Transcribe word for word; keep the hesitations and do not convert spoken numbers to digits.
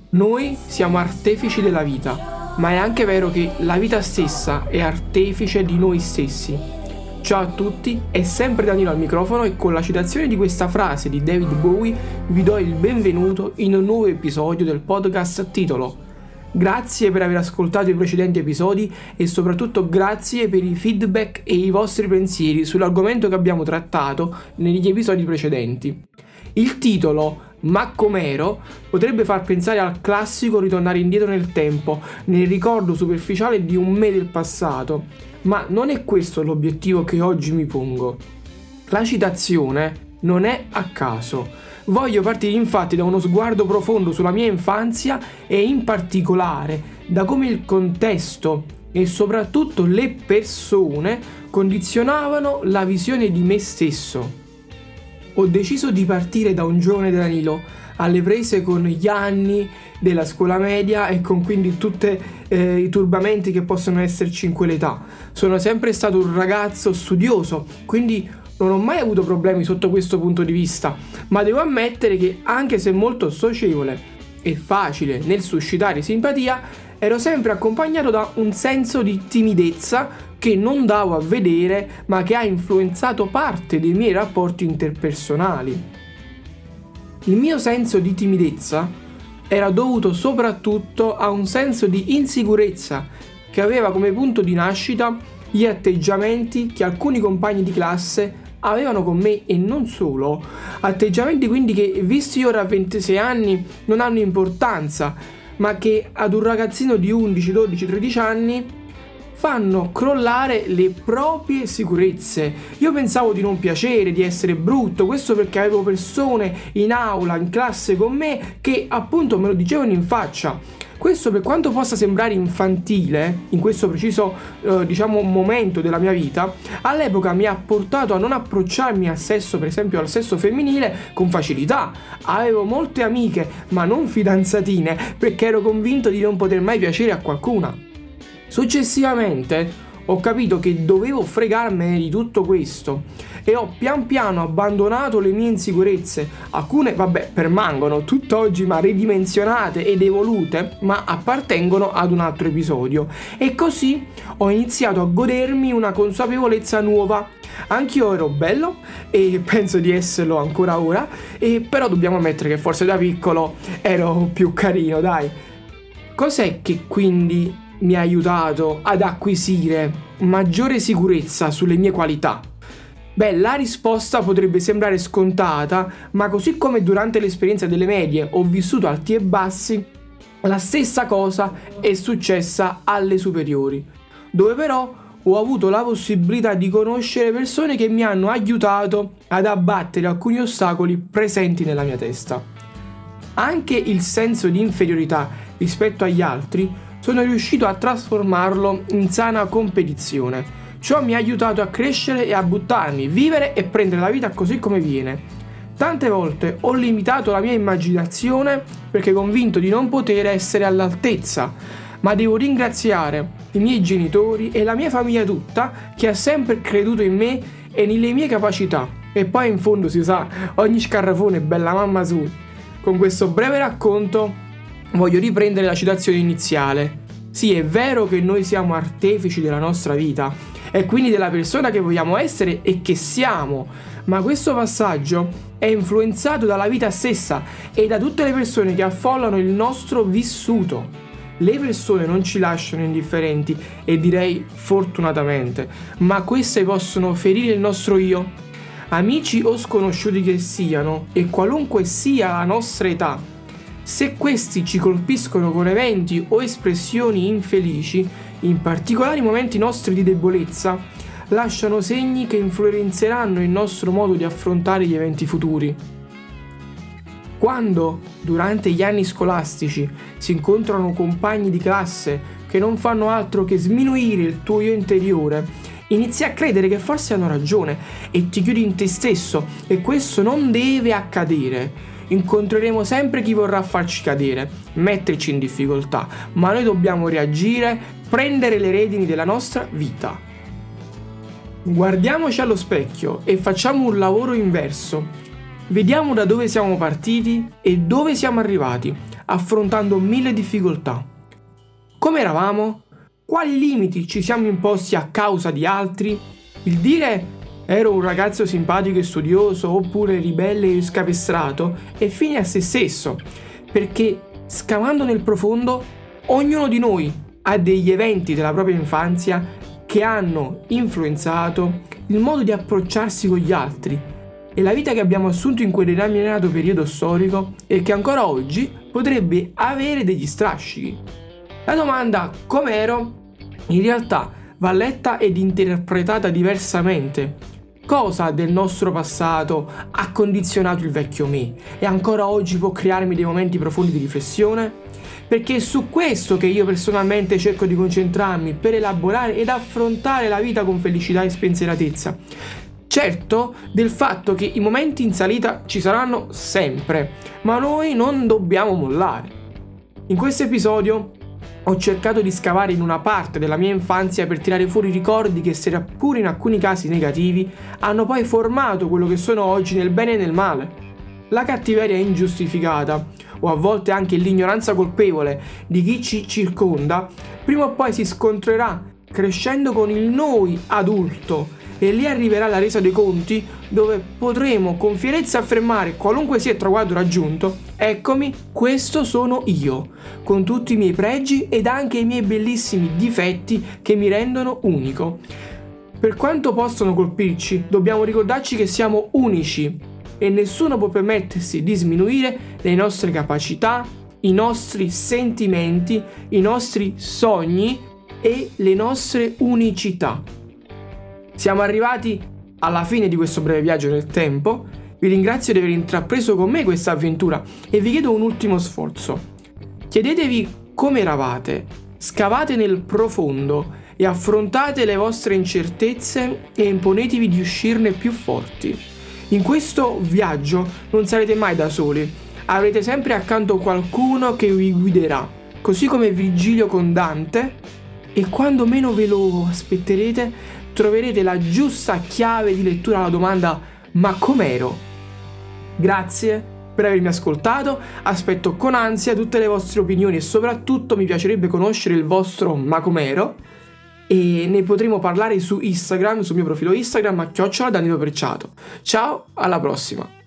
Noi siamo artefici della vita, ma è anche vero che la vita stessa è artefice di noi stessi. Ciao a tutti, è sempre Danilo al microfono e con la citazione di questa frase di David Bowie vi do il benvenuto in un nuovo episodio del podcast titolo. Grazie per aver ascoltato i precedenti episodi e soprattutto grazie per i feedback e i vostri pensieri sull'argomento che abbiamo trattato negli episodi precedenti. Il titolo Ma com'ero potrebbe far pensare al classico ritornare indietro nel tempo, nel ricordo superficiale di un me del passato, ma non è questo l'obiettivo che oggi mi pongo. La citazione non è a caso. Voglio partire infatti da uno sguardo profondo sulla mia infanzia e in particolare da come il contesto e soprattutto le persone condizionavano la visione di me stesso. Ho deciso di partire da un giovane Danilo alle prese con gli anni della scuola media e con quindi tutti eh, i turbamenti che possono esserci in quell'età. Sono sempre stato un ragazzo studioso, quindi non ho mai avuto problemi sotto questo punto di vista, ma devo ammettere che anche se molto socievole e facile nel suscitare simpatia, ero sempre accompagnato da un senso di timidezza che non davo a vedere, ma che ha influenzato parte dei miei rapporti interpersonali. Il mio senso di timidezza era dovuto soprattutto a un senso di insicurezza che aveva come punto di nascita gli atteggiamenti che alcuni compagni di classe avevano con me e non solo, atteggiamenti quindi che, visti ora a ventisei anni, non hanno importanza, ma che ad un ragazzino di undici, dodici, tredici anni fanno crollare le proprie sicurezze. Io pensavo di non piacere, di essere brutto, questo perché avevo persone in aula, in classe con me che appunto me lo dicevano in faccia. Questo, per quanto possa sembrare infantile in questo preciso eh, diciamo momento della mia vita, all'epoca mi ha portato a non approcciarmi al sesso, per esempio al sesso femminile, con facilità. Avevo molte amiche, ma non fidanzatine, perché ero convinto di non poter mai piacere a qualcuna. Successivamente ho capito che dovevo fregarmene di tutto questo e ho pian piano abbandonato le mie insicurezze. Alcune, vabbè, permangono tutt'oggi, ma ridimensionate ed evolute, ma appartengono ad un altro episodio. E così ho iniziato a godermi una consapevolezza nuova. Anch'io ero bello e penso di esserlo ancora ora, e però dobbiamo ammettere che forse da piccolo ero più carino, dai. Cos'è che quindi mi ha aiutato ad acquisire maggiore sicurezza sulle mie qualità? Beh, la risposta potrebbe sembrare scontata, ma così come durante l'esperienza delle medie ho vissuto alti e bassi, la stessa cosa è successa alle superiori, dove però ho avuto la possibilità di conoscere persone che mi hanno aiutato ad abbattere alcuni ostacoli presenti nella mia testa. Anche il senso di inferiorità rispetto agli altri sono riuscito a trasformarlo in sana competizione. Ciò mi ha aiutato a crescere e a buttarmi, vivere e prendere la vita così come viene. Tante volte ho limitato la mia immaginazione perché convinto di non poter essere all'altezza, ma devo ringraziare i miei genitori e la mia famiglia tutta che ha sempre creduto in me e nelle mie capacità. E poi in fondo si sa, ogni scarrafone è bella mamma su. Con questo breve racconto voglio riprendere la citazione iniziale. Sì, è vero che noi siamo artefici della nostra vita e quindi della persona che vogliamo essere e che siamo, ma questo passaggio è influenzato dalla vita stessa e da tutte le persone che affollano il nostro vissuto. Le persone non ci lasciano indifferenti e direi fortunatamente, ma queste possono ferire il nostro io. Amici o sconosciuti che siano, e qualunque sia la nostra età, se questi ci colpiscono con eventi o espressioni infelici, in particolari momenti nostri di debolezza, lasciano segni che influenzeranno il nostro modo di affrontare gli eventi futuri. Quando, durante gli anni scolastici, si incontrano compagni di classe che non fanno altro che sminuire il tuo io interiore, inizi a credere che forse hanno ragione e ti chiudi in te stesso, e questo non deve accadere. Incontreremo sempre chi vorrà farci cadere, metterci in difficoltà, ma noi dobbiamo reagire, prendere le redini della nostra vita. Guardiamoci allo specchio e facciamo un lavoro inverso. Vediamo da dove siamo partiti e dove siamo arrivati. affrontando mille difficoltà. Come eravamo? Quali limiti ci siamo imposti a causa di altri? Il dire ero un ragazzo simpatico e studioso oppure ribelle e scapestrato è fine a se stesso, perché scavando nel profondo ognuno di noi ha degli eventi della propria infanzia che hanno influenzato il modo di approcciarsi con gli altri e la vita che abbiamo assunto in quel determinato periodo storico e che ancora oggi potrebbe avere degli strascichi. La domanda com'ero in realtà va letta ed interpretata diversamente. Cosa del nostro passato ha condizionato il vecchio me e ancora oggi può crearmi dei momenti profondi di riflessione? Perché è su questo che io personalmente cerco di concentrarmi per elaborare ed affrontare la vita con felicità e spensieratezza. Certo del fatto che i momenti in salita ci saranno sempre, ma noi non dobbiamo mollare. In questo episodio ho cercato di scavare in una parte della mia infanzia per tirare fuori ricordi che, seppur in alcuni casi negativi, hanno poi formato quello che sono oggi nel bene e nel male. La cattiveria ingiustificata, o a volte anche l'ignoranza colpevole di chi ci circonda, prima o poi si scontrerà crescendo con il noi adulto e lì arriverà la resa dei conti dove potremo con fierezza affermare, qualunque sia il traguardo raggiunto, eccomi, questo sono io, con tutti i miei pregi ed anche i miei bellissimi difetti che mi rendono unico. Per quanto possono colpirci, dobbiamo ricordarci che siamo unici e nessuno può permettersi di sminuire le nostre capacità, i nostri sentimenti, i nostri sogni e le nostre unicità. Siamo arrivati alla fine di questo breve viaggio nel tempo. Vi ringrazio di aver intrapreso con me questa avventura e vi chiedo un ultimo sforzo. Chiedetevi come eravate, scavate nel profondo e affrontate le vostre incertezze e imponetevi di uscirne più forti. In questo viaggio non sarete mai da soli, avrete sempre accanto qualcuno che vi guiderà, così come Virgilio con Dante, e quando meno ve lo aspetterete troverete la giusta chiave di lettura alla domanda ma com'ero? Grazie per avermi ascoltato, aspetto con ansia tutte le vostre opinioni e soprattutto mi piacerebbe conoscere il vostro ma com'ero e ne potremo parlare su Instagram, sul mio profilo Instagram a chiocciola Danilo Perciato. Ciao, alla prossima!